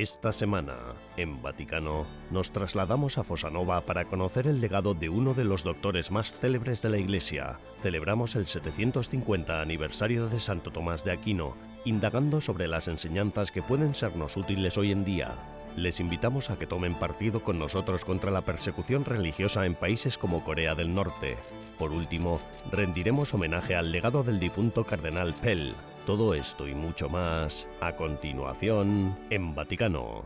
Esta semana, en Vaticano, nos trasladamos a Fossanova para conocer el legado de uno de los doctores más célebres de la Iglesia. Celebramos el 750 aniversario de Santo Tomás de Aquino, indagando sobre las enseñanzas que pueden sernos útiles hoy en día. Les invitamos a que tomen partido con nosotros contra la persecución religiosa en países como Corea del Norte. Por último, rendiremos homenaje al legado del difunto cardenal Pell. Todo esto y mucho más, a continuación, en Vaticano.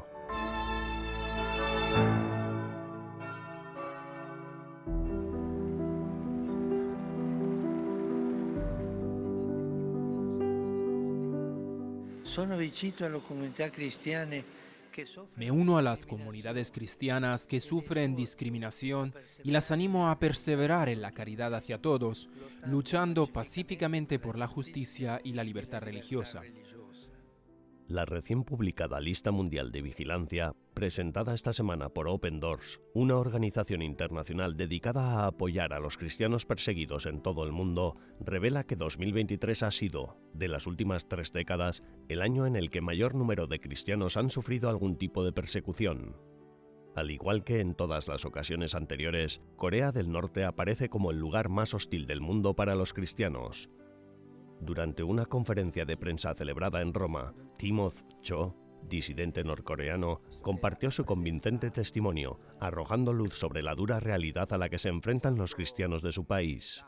Me uno a las comunidades cristianas que sufren discriminación y las animo a perseverar en la caridad hacia todos, luchando pacíficamente por la justicia y la libertad religiosa. La recién publicada Lista Mundial de Vigilancia, presentada esta semana por Open Doors, una organización internacional dedicada a apoyar a los cristianos perseguidos en todo el mundo, revela que 2023 ha sido, de las últimas 3 décadas, el año en el que mayor número de cristianos han sufrido algún tipo de persecución. Al igual que en todas las ocasiones anteriores, Corea del Norte aparece como el lugar más hostil del mundo para los cristianos. Durante una conferencia de prensa celebrada en Roma, Timothy Cho, disidente norcoreano, compartió su convincente testimonio, arrojando luz sobre la dura realidad a la que se enfrentan los cristianos de su país.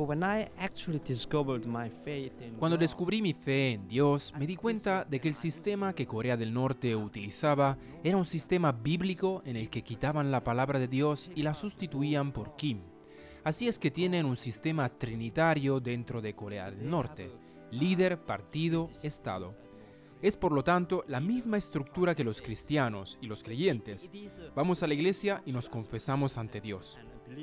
Cuando descubrí mi fe en Dios, me di cuenta de que el sistema que Corea del Norte utilizaba era un sistema bíblico en el que quitaban la palabra de Dios y la sustituían por Kim. Así es que tienen un sistema trinitario dentro de Corea del Norte: líder, partido, Estado. Es por lo tanto la misma estructura que los cristianos y los creyentes. Vamos a la iglesia y nos confesamos ante Dios.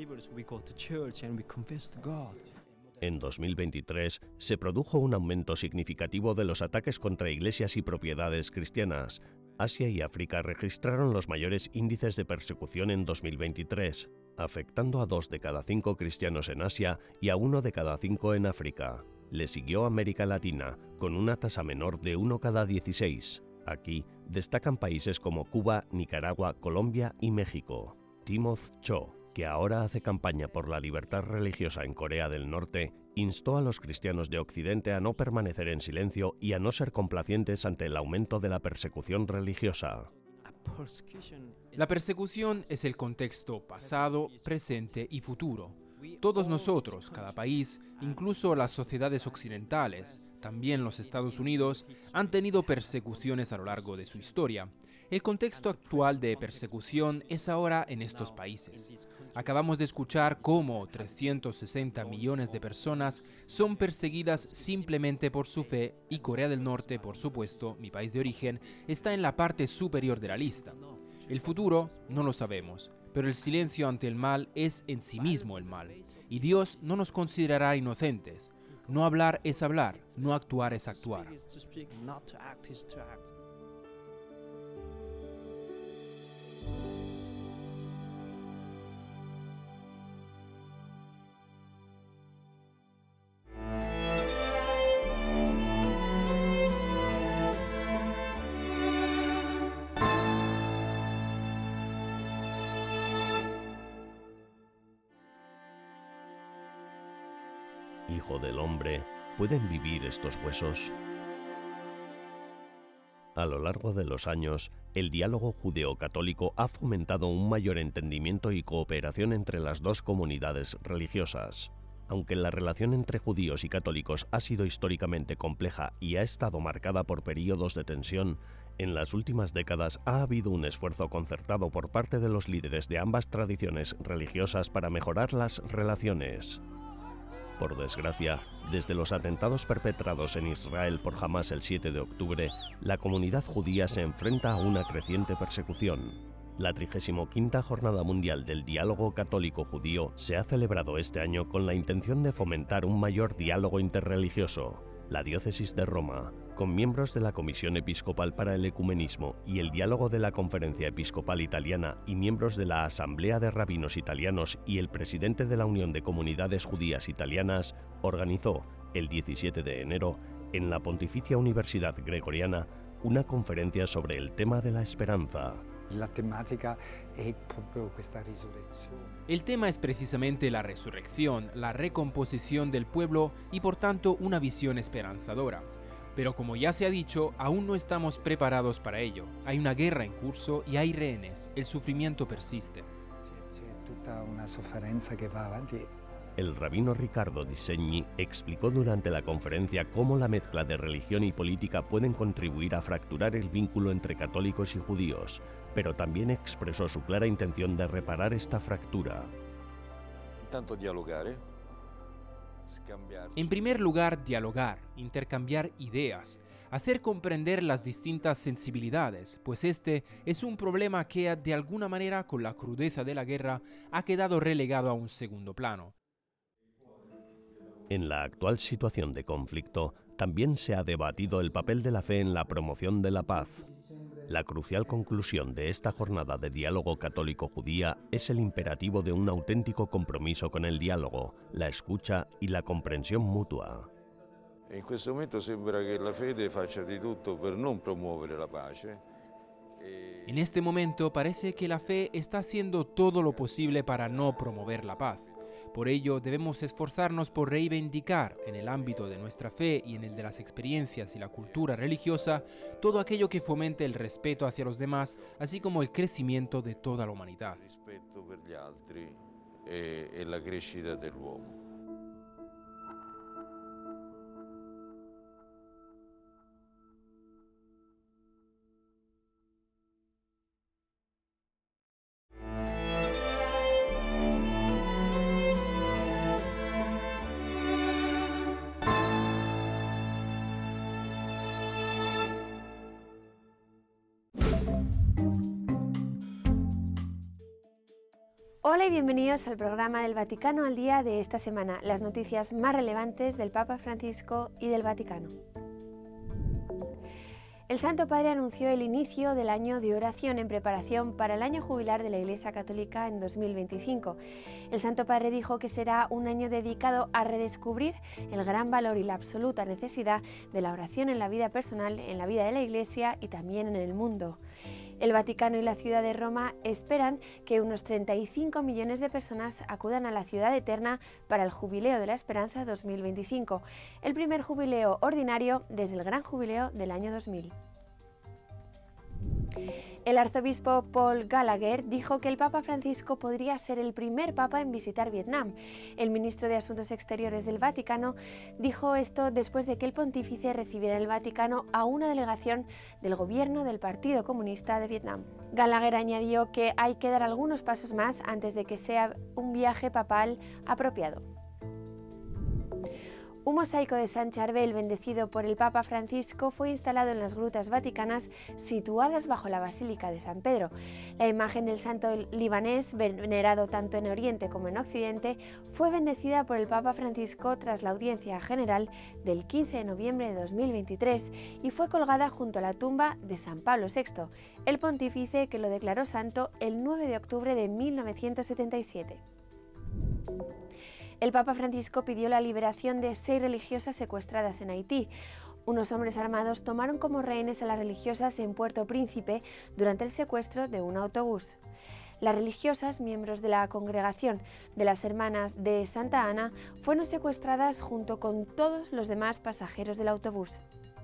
En 2023 se produjo un aumento significativo de los ataques contra iglesias y propiedades cristianas. Asia y África registraron los mayores índices de persecución en 2023, afectando a 2 de cada 5 cristianos en Asia y a 1 de cada 5 en África. Le siguió América Latina, con una tasa menor de 1 cada 16. Aquí destacan países como Cuba, Nicaragua, Colombia y México. Timothy Cho, que ahora hace campaña por la libertad religiosa en Corea del Norte, instó a los cristianos de Occidente a no permanecer en silencio y a no ser complacientes ante el aumento de la persecución religiosa. La persecución es el contexto pasado, presente y futuro. Todos nosotros, cada país, incluso las sociedades occidentales, también los Estados Unidos, han tenido persecuciones a lo largo de su historia. El contexto actual de persecución es ahora en estos países. Acabamos de escuchar cómo 360 millones de personas son perseguidas simplemente por su fe y Corea del Norte, por supuesto, mi país de origen, está en la parte superior de la lista. El futuro no lo sabemos, pero el silencio ante el mal es en sí mismo el mal, y Dios no nos considerará inocentes. No hablar es hablar, no actuar es actuar. Hijo del hombre, ¿pueden vivir estos huesos? A lo largo de los años, el diálogo judeo-católico ha fomentado un mayor entendimiento y cooperación entre las dos comunidades religiosas. Aunque la relación entre judíos y católicos ha sido históricamente compleja y ha estado marcada por periodos de tensión, en las últimas décadas ha habido un esfuerzo concertado por parte de los líderes de ambas tradiciones religiosas para mejorar las relaciones. Por desgracia, desde los atentados perpetrados en Israel por Hamás el 7 de octubre, la comunidad judía se enfrenta a una creciente persecución. La 35ª Jornada Mundial del Diálogo Católico-Judío se ha celebrado este año con la intención de fomentar un mayor diálogo interreligioso. La Diócesis de Roma, con miembros de la Comisión Episcopal para el Ecumenismo y el Diálogo de la Conferencia Episcopal Italiana y miembros de la Asamblea de Rabinos Italianos y el presidente de la Unión de Comunidades Judías Italianas, organizó, el 17 de enero, en la Pontificia Universidad Gregoriana, una conferencia sobre el tema de la esperanza. La temática es proprio questa risurrezione. El tema es precisamente la resurrección, la recomposición del pueblo y por tanto una visión esperanzadora. Pero como ya se ha dicho, aún no estamos preparados para ello. Hay una guerra en curso y hay rehenes. El sufrimiento persiste. C'è tutta una sofferenza che va avanti. El rabino Riccardo Di Segni explicó durante la conferencia cómo la mezcla de religión y política pueden contribuir a fracturar el vínculo entre católicos y judíos, pero también expresó su clara intención de reparar esta fractura. En primer lugar, dialogar, intercambiar ideas, hacer comprender las distintas sensibilidades, pues este es un problema que de alguna manera, con la crudeza de la guerra, ha quedado relegado a un segundo plano. En la actual situación de conflicto, también se ha debatido el papel de la fe en la promoción de la paz. La crucial conclusión de esta jornada de diálogo católico-judía es el imperativo de un auténtico compromiso con el diálogo, la escucha y la comprensión mutua. In questo momento sembra che la fede faccia di tutto per non promuovere la pace. En este momento parece que la fe está haciendo todo lo posible para no promover la paz. Por ello, debemos esforzarnos por reivindicar, en el ámbito de nuestra fe y en el de las experiencias y la cultura religiosa, todo aquello que fomente el respeto hacia los demás, así como el crecimiento de toda la humanidad. Rispetto per gli altri e la crescita dell'uomo. Hola y bienvenidos al programa del Vaticano al Día de esta semana, las noticias más relevantes del Papa Francisco y del Vaticano. El Santo Padre anunció el inicio del año de oración en preparación para el año jubilar de la Iglesia Católica en 2025. El Santo Padre dijo que será un año dedicado a redescubrir el gran valor y la absoluta necesidad de la oración en la vida personal, en la vida de la Iglesia y también en el mundo. El Vaticano y la ciudad de Roma esperan que unos 35 millones de personas acudan a la ciudad eterna para el Jubileo de la Esperanza 2025, el primer jubileo ordinario desde el Gran Jubileo del año 2000. El arzobispo Paul Gallagher dijo que el Papa Francisco podría ser el primer papa en visitar Vietnam. El ministro de Asuntos Exteriores del Vaticano dijo esto después de que el pontífice recibiera en el Vaticano a una delegación del gobierno del Partido Comunista de Vietnam. Gallagher añadió que hay que dar algunos pasos más antes de que sea un viaje papal apropiado. Un mosaico de San Charbel bendecido por el Papa Francisco fue instalado en las grutas vaticanas situadas bajo la Basílica de San Pedro. La imagen del santo libanés, venerado tanto en Oriente como en Occidente, fue bendecida por el Papa Francisco tras la audiencia general del 15 de noviembre de 2023 y fue colgada junto a la tumba de San Pablo VI, el pontífice que lo declaró santo el 9 de octubre de 1977. El Papa Francisco pidió la liberación de 6 religiosas secuestradas en Haití. Unos hombres armados tomaron como rehenes a las religiosas en Puerto Príncipe durante el secuestro de un autobús. Las religiosas, miembros de la congregación de las Hermanas de Santa Ana, fueron secuestradas junto con todos los demás pasajeros del autobús.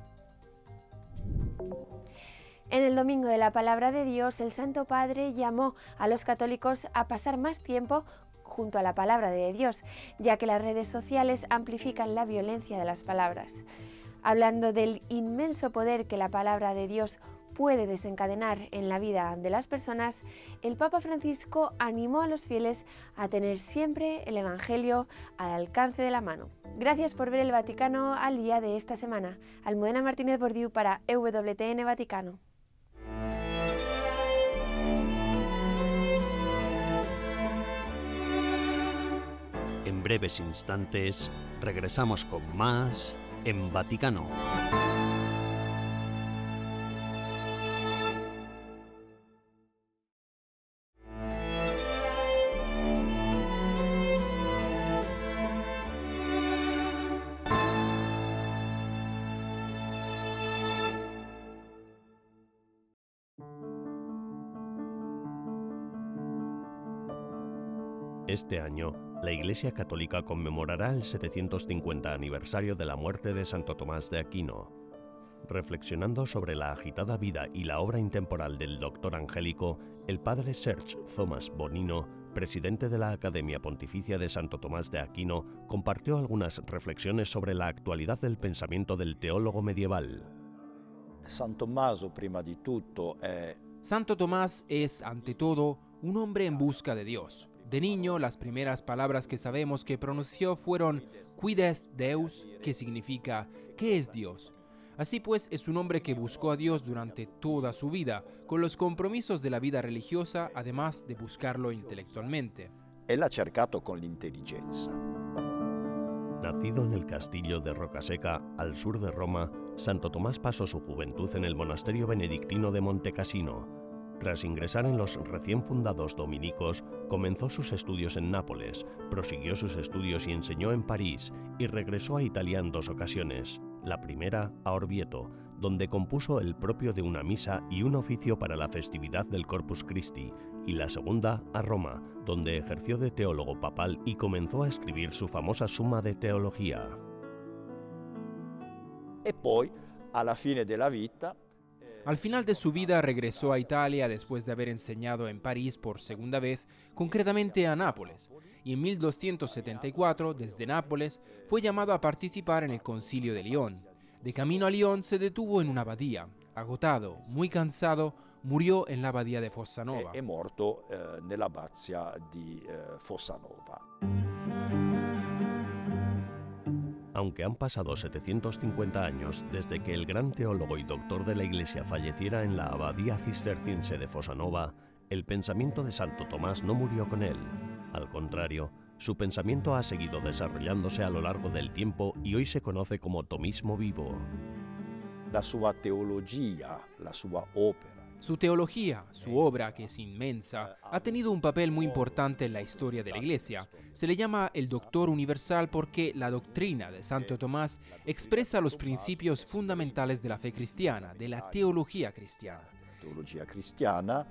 En el Domingo de la Palabra de Dios, el Santo Padre llamó a los católicos a pasar más tiempo junto a la palabra de Dios, ya que las redes sociales amplifican la violencia de las palabras. Hablando del inmenso poder que la palabra de Dios puede desencadenar en la vida de las personas, el Papa Francisco animó a los fieles a tener siempre el Evangelio al alcance de la mano. Gracias por ver el Vaticano al Día de esta semana. Almudena Martínez Bordiú para EWTN Vaticano. En breves instantes regresamos con más en Vaticano. Este año, la Iglesia Católica conmemorará el 750 aniversario de la muerte de Santo Tomás de Aquino. Reflexionando sobre la agitada vida y la obra intemporal del doctor angélico, el padre Serge Thomas Bonino, presidente de la Academia Pontificia de Santo Tomás de Aquino, compartió algunas reflexiones sobre la actualidad del pensamiento del teólogo medieval. Santo Tomás es, ante todo, un hombre en busca de Dios. De niño, las primeras palabras que sabemos que pronunció fueron «Quid est Deus?», que significa «¿Qué es Dios?». Así pues, es un hombre que buscó a Dios durante toda su vida, con los compromisos de la vida religiosa, además de buscarlo intelectualmente. Él ha cercato con l'inteligenza. Nacido en el castillo de Rocaseca, al sur de Roma, Santo Tomás pasó su juventud en el monasterio benedictino de Montecassino. Tras ingresar en los recién fundados dominicos, comenzó sus estudios en Nápoles, prosiguió sus estudios y enseñó en París, y regresó a Italia en 2 ocasiones. La primera a Orvieto, donde compuso el propio de una misa y un oficio para la festividad del Corpus Christi, y la segunda a Roma, donde ejerció de teólogo papal y comenzó a escribir su famosa Summa de Teología. E poi, alla fine della vita, Al final de su vida regresó a Italia después de haber enseñado en París por segunda vez, concretamente a Nápoles, y en 1274, desde Nápoles, fue llamado a participar en el Concilio de Lyon. De camino a Lyon se detuvo en una abadía. Agotado, muy cansado, murió en la abadía de Fossanova. è morto nell'abbazia di Fossanova. Aunque han pasado 750 años desde que el gran teólogo y doctor de la Iglesia falleciera en la abadía cisterciense de Fossanova, el pensamiento de Santo Tomás no murió con él. Al contrario, su pensamiento ha seguido desarrollándose a lo largo del tiempo y hoy se conoce como tomismo vivo. La sua teologia, la sua opera. Su teología, su obra, que es inmensa, ha tenido un papel muy importante en la historia de la Iglesia. Se le llama el Doctor Universal porque la doctrina de Santo Tomás expresa los principios fundamentales de la fe cristiana, de la teología cristiana. Teologia cristiana.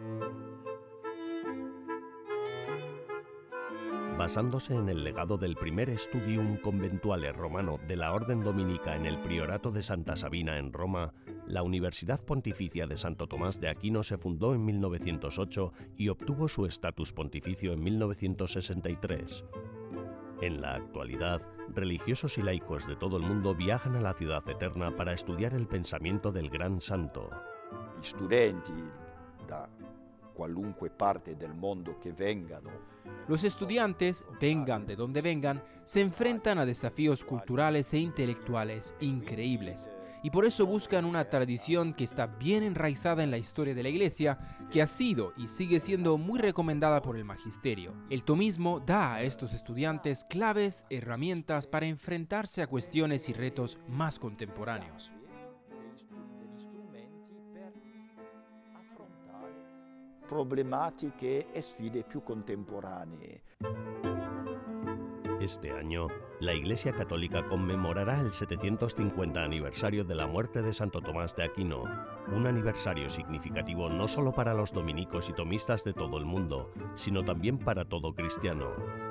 Basándose en el legado del primer Studium Conventuale romano de la Orden Dominica en el Priorato de Santa Sabina en Roma, la Universidad Pontificia de Santo Tomás de Aquino se fundó en 1908 y obtuvo su estatus pontificio en 1963. En la actualidad, religiosos y laicos de todo el mundo viajan a la ciudad eterna para estudiar el pensamiento del gran santo. Gli studenti da qualunque parte del mondo che vengano. Los estudiantes, vengan de donde vengan, se enfrentan a desafíos culturales e intelectuales increíbles. Y por eso buscan una tradición que está bien enraizada en la historia de la Iglesia, que ha sido y sigue siendo muy recomendada por el magisterio. El tomismo da a estos estudiantes claves, herramientas para enfrentarse a cuestiones y retos más contemporáneos. Problematiche e sfide più contemporanee. Este año, la Iglesia Católica conmemorará el 750 aniversario de la muerte de Santo Tomás de Aquino, un aniversario significativo no solo para los dominicos y tomistas de todo el mundo, sino también para todo cristiano.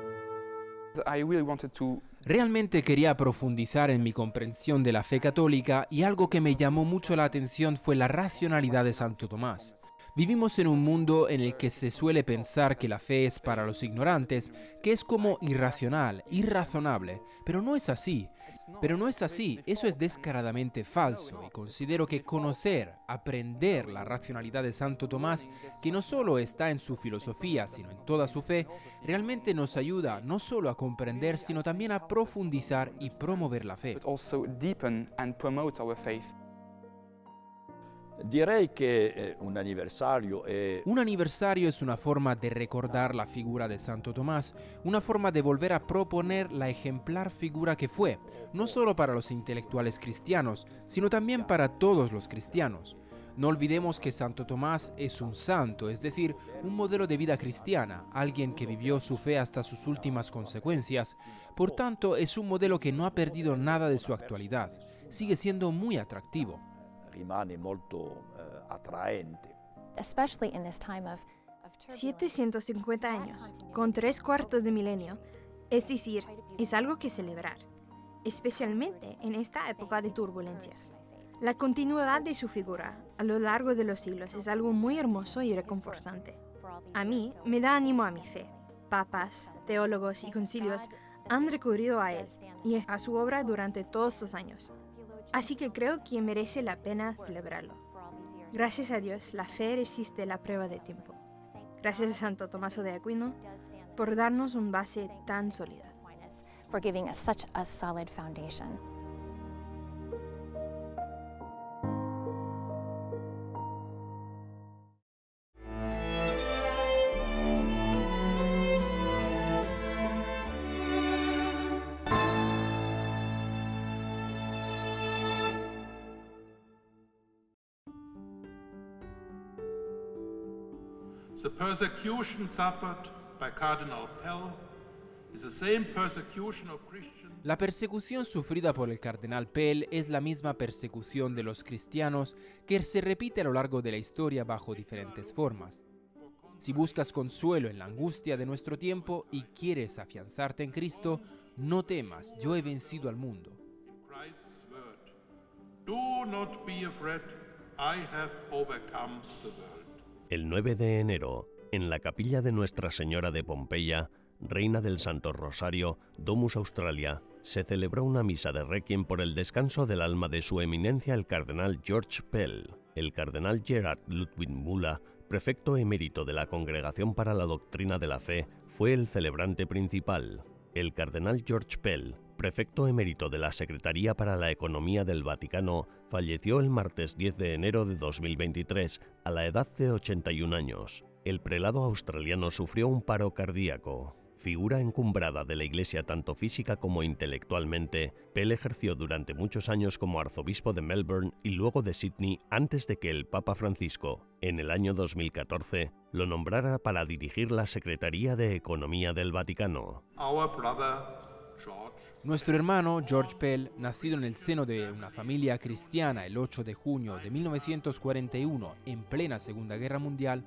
Realmente quería profundizar en mi comprensión de la fe católica y algo que me llamó mucho la atención fue la racionalidad de Santo Tomás. Vivimos en un mundo en el que se suele pensar que la fe es para los ignorantes, que es como irracional, irrazonable, pero no es así. Eso es descaradamente falso y considero que conocer, aprender la racionalidad de Santo Tomás, que no solo está en su filosofía, sino en toda su fe, realmente nos ayuda no solo a comprender, sino también a profundizar y promover la fe. Direi che un anniversario es una forma de recordar la figura de Santo Tomás, una forma de volver a proponer la ejemplar figura que fue, no solo para los intelectuales cristianos, sino también para todos los cristianos. No olvidemos que Santo Tomás es un santo, es decir, un modelo de vida cristiana, alguien que vivió su fe hasta sus últimas consecuencias. Por tanto, es un modelo que no ha perdido nada de su actualidad, sigue siendo muy atractivo. Rimane molto attraente. 750 años, con 3/4 de milenio. Es decir, es algo que celebrar, especialmente en esta época de turbulencias. La continuidad de su figura a lo largo de los siglos es algo muy hermoso y reconfortante. A mí me da ánimo a mi fe. Papas, teólogos y concilios han recurrido a él y a su obra durante todos los años. Así que creo que merece la pena celebrarlo. Gracias a Dios, la fe resiste la prueba de tiempo. Gracias a Santo Tomaso de Aquino por darnos una base tan sólida. For giving us such a solid foundation. The persecution suffered by Cardinal Pell is the same persecution of Christians. La persecución sufrida por el cardenal Pell es la misma persecución de los cristianos que se repite a lo largo de la historia bajo diferentes formas. Si buscas consuelo en la angustia de nuestro tiempo y quieres afianzarte en Cristo, no temas, yo he vencido al mundo. Christ's word. Do not be afraid, I have overcome the world. El 9 de enero, en la capilla de Nuestra Señora de Pompeya, Reina del Santo Rosario, Domus Australia, se celebró una misa de requiem por el descanso del alma de su eminencia el cardenal George Pell. El cardenal Gerhard Ludwig Müller, prefecto emérito de la Congregación para la Doctrina de la Fe, fue el celebrante principal. El cardenal George Pell, prefecto emérito de la Secretaría para la Economía del Vaticano, falleció el martes 10 de enero de 2023 a la edad de 81 años. El prelado australiano sufrió un paro cardíaco. Figura encumbrada de la Iglesia tanto física como intelectualmente, Pell ejerció durante muchos años como arzobispo de Melbourne y luego de Sydney antes de que el Papa Francisco, en el año 2014, lo nombrara para dirigir la Secretaría de Economía del Vaticano. Our brother George. Nuestro hermano George Pell, nacido en el seno de una familia cristiana el 8 de junio de 1941, en plena Segunda Guerra Mundial,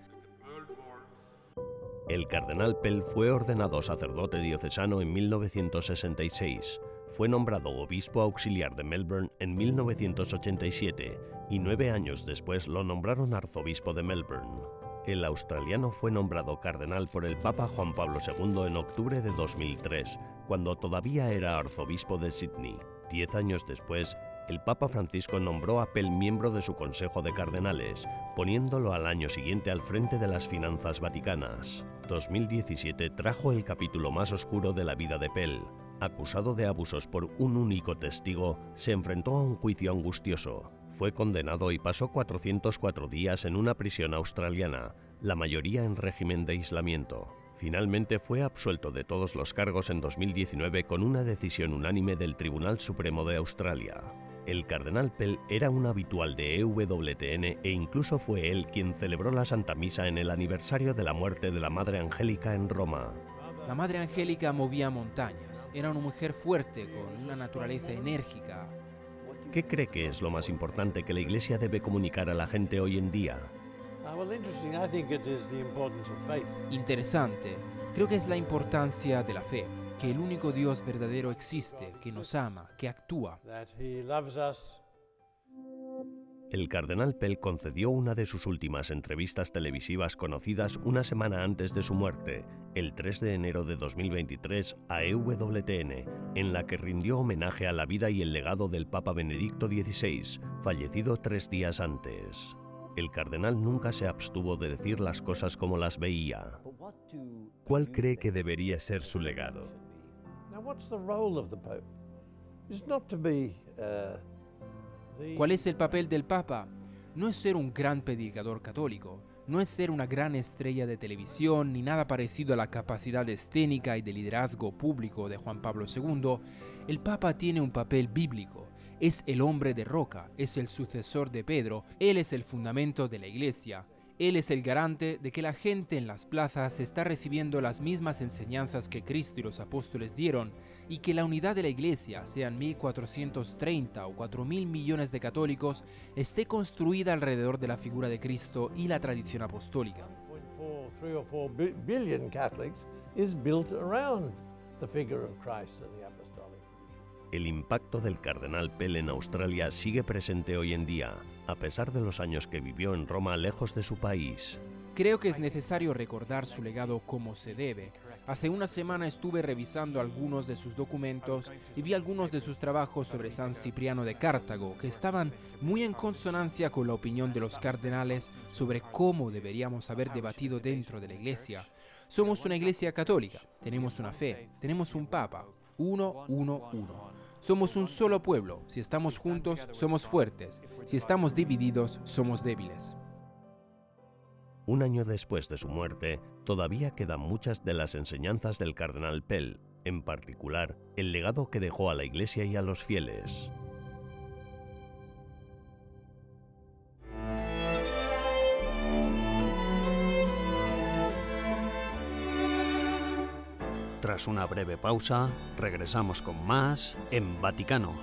el cardenal Pell fue ordenado sacerdote diocesano en 1966, fue nombrado obispo auxiliar de Melbourne en 1987 y 9 años después lo nombraron arzobispo de Melbourne. El australiano fue nombrado cardenal por el Papa Juan Pablo II en octubre de 2003, cuando todavía era arzobispo de Sydney. 10 años después, el Papa Francisco nombró a Pell miembro de su Consejo de Cardenales, poniéndolo al año siguiente al frente de las finanzas vaticanas. 2017 trajo el capítulo más oscuro de la vida de Pell. Acusado de abusos por un único testigo, se enfrentó a un juicio angustioso. Fue condenado y pasó 404 días en una prisión australiana, la mayoría en régimen de aislamiento. Finalmente fue absuelto de todos los cargos en 2019 con una decisión unánime del Tribunal Supremo de Australia. El cardenal Pell era un habitual de EWTN e incluso fue él quien celebró la Santa Misa en el aniversario de la muerte de la Madre Angélica en Roma. La Madre Angélica movía montañas, era una mujer fuerte con una naturaleza enérgica. ¿Qué cree que es lo más importante que la Iglesia debe comunicar a la gente hoy en día? Interesante. Creo que es la importancia de la fe, que el único Dios verdadero existe, que nos ama, que actúa. El cardenal Pell concedió una de sus últimas entrevistas televisivas conocidas una semana antes de su muerte, el 3 de enero de 2023, a EWTN, en la que rindió homenaje a la vida y el legado del Papa Benedicto XVI, fallecido 3 días antes. El cardenal nunca se abstuvo de decir las cosas como las veía. ¿Cuál cree que debería ser su legado? ¿Cuál es el papel del Papa? No es ser un gran predicador católico, no es ser una gran estrella de televisión ni nada parecido a la capacidad escénica y de liderazgo público de Juan Pablo II. El Papa tiene un papel bíblico. Es el hombre de roca, es el sucesor de Pedro, él es el fundamento de la Iglesia. Él es el garante de que la gente en las plazas está recibiendo las mismas enseñanzas que Cristo y los apóstoles dieron y que la unidad de la Iglesia, sean 1430 o 4.000 millones de católicos, esté construida alrededor de la figura de Cristo y la tradición apostólica. or 3 or 4 billion Catholics is built around the figure of Christ and the apostolic tradition. El impacto del cardenal Pell en Australia sigue presente hoy en día, a pesar de los años que vivió en Roma lejos de su país. Creo que es necesario recordar su legado como se debe. Hace una semana estuve revisando algunos de sus documentos y vi algunos de sus trabajos sobre San Cipriano de Cartago, que estaban muy en consonancia con la opinión de los cardenales sobre cómo deberíamos haber debatido dentro de la Iglesia. Somos una Iglesia católica, tenemos una fe, tenemos un Papa, uno. Somos un solo pueblo, si estamos juntos somos fuertes, si estamos divididos somos débiles. Un año después de su muerte, todavía quedan muchas de las enseñanzas del cardenal Pell, en particular, el legado que dejó a la Iglesia y a los fieles. Tras una breve pausa, regresamos con más en Vaticano.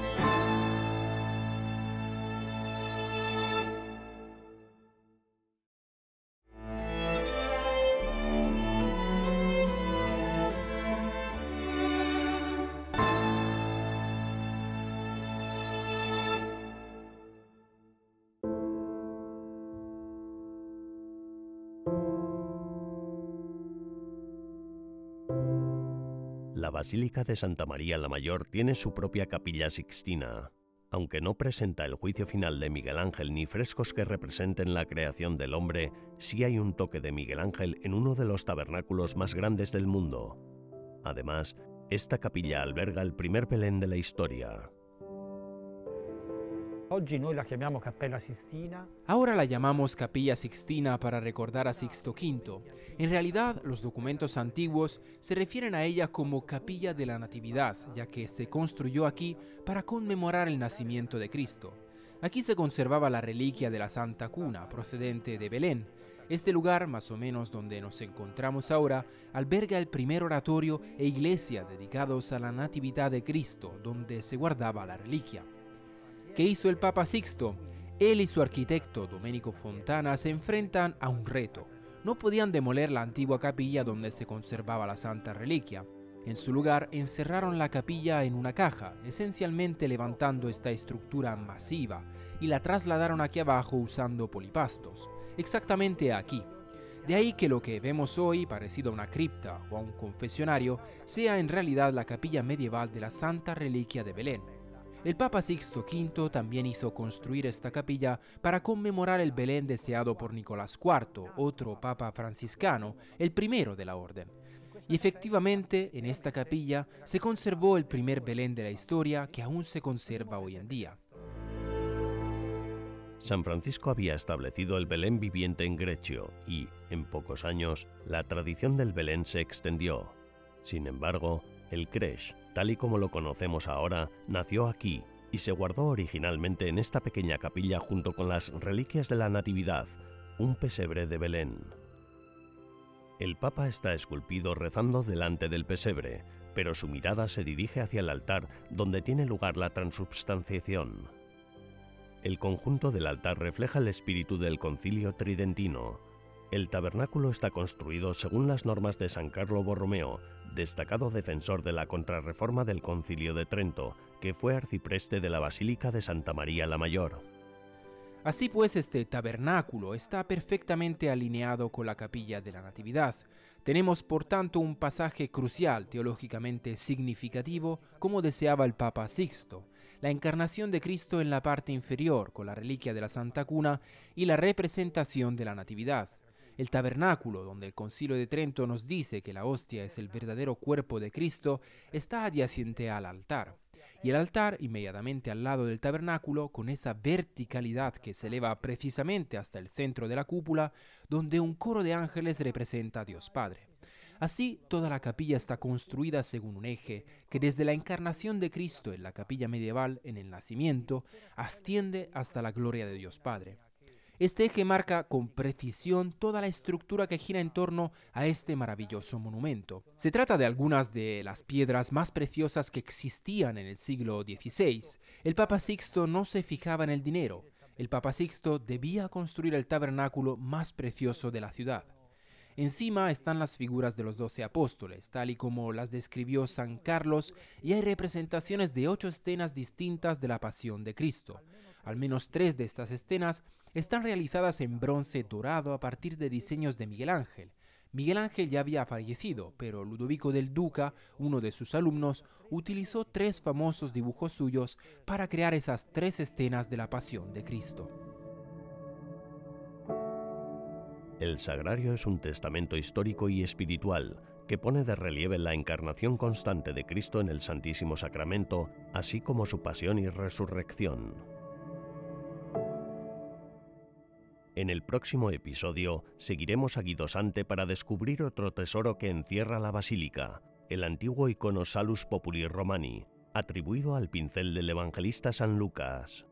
La Basílica de Santa María la Mayor tiene su propia Capilla Sixtina. Aunque no presenta el juicio final de Miguel Ángel ni frescos que representen la creación del hombre, sí hay un toque de Miguel Ángel en uno de los tabernáculos más grandes del mundo. Además, esta capilla alberga el primer Belén de la historia. Ahora la llamamos Capilla Sixtina para recordar a Sixto V. En realidad, los documentos antiguos se refieren a ella como Capilla de la Natividad, ya que se construyó aquí para conmemorar el nacimiento de Cristo. Aquí se conservaba la reliquia de la Santa Cuna, procedente de Belén. Este lugar, más o menos donde nos encontramos ahora, alberga el primer oratorio e iglesia dedicados a la Natividad de Cristo, donde se guardaba la reliquia. ¿Qué hizo el Papa Sixto? Él y su arquitecto, Domenico Fontana, se enfrentan a un reto. No podían demoler la antigua capilla donde se conservaba la Santa Reliquia. En su lugar, encerraron la capilla en una caja, esencialmente levantando esta estructura masiva, y la trasladaron aquí abajo usando polipastos, exactamente aquí. De ahí que lo que vemos hoy, parecido a una cripta o a un confesionario, sea en realidad la capilla medieval de la Santa Reliquia de Belén. El Papa Sixto V también hizo construir esta capilla para conmemorar el Belén deseado por Nicolás IV, otro papa franciscano, el primero de la orden. Y efectivamente, en esta capilla se conservó el primer Belén de la historia que aún se conserva hoy en día. San Francisco había establecido el Belén viviente en Greccio y, en pocos años, la tradición del Belén se extendió. Sin embargo, el creche, tal y como lo conocemos ahora, nació aquí y se guardó originalmente en esta pequeña capilla junto con las reliquias de la Natividad, un pesebre de Belén. El Papa está esculpido rezando delante del pesebre, pero su mirada se dirige hacia el altar donde tiene lugar la transubstanciación. El conjunto del altar refleja el espíritu del Concilio Tridentino. El tabernáculo está construido según las normas de San Carlo Borromeo, destacado defensor de la contrarreforma del Concilio de Trento, que fue arcipreste de la Basílica de Santa María la Mayor. Así pues, este tabernáculo está perfectamente alineado con la capilla de la Natividad. Tenemos, por tanto, un pasaje crucial, teológicamente significativo, como deseaba el Papa Sixto: la encarnación de Cristo en la parte inferior, con la reliquia de la Santa Cuna y la representación de la Natividad. El tabernáculo, donde el Concilio de Trento nos dice que la hostia es el verdadero cuerpo de Cristo, está adyacente al altar. Y el altar, inmediatamente al lado del tabernáculo, con esa verticalidad que se eleva precisamente hasta el centro de la cúpula, donde un coro de ángeles representa a Dios Padre. Así, toda la capilla está construida según un eje que desde la encarnación de Cristo en la capilla medieval, en el nacimiento, asciende hasta la gloria de Dios Padre. Este eje marca con precisión toda la estructura que gira en torno a este maravilloso monumento. Se trata de algunas de las piedras más preciosas que existían en el siglo XVI. El Papa Sixto no se fijaba en el dinero. El Papa Sixto debía construir el tabernáculo más precioso de la ciudad. Encima están las figuras de los 12 apóstoles, tal y como las describió San Carlos, y hay representaciones de 8 escenas distintas de la Pasión de Cristo. Al menos 3 de estas escenas están realizadas en bronce dorado a partir de diseños de Miguel Ángel. Miguel Ángel ya había fallecido, pero Ludovico del Duca, uno de sus alumnos, utilizó 3 famosos dibujos suyos para crear esas 3 escenas de la Pasión de Cristo. El sagrario es un testamento histórico y espiritual que pone de relieve la encarnación constante de Cristo en el Santísimo Sacramento, así como su pasión y resurrección. En el próximo episodio seguiremos a Guido Sante para descubrir otro tesoro que encierra la basílica, el antiguo icono Salus Populi Romani, atribuido al pincel del evangelista San Lucas.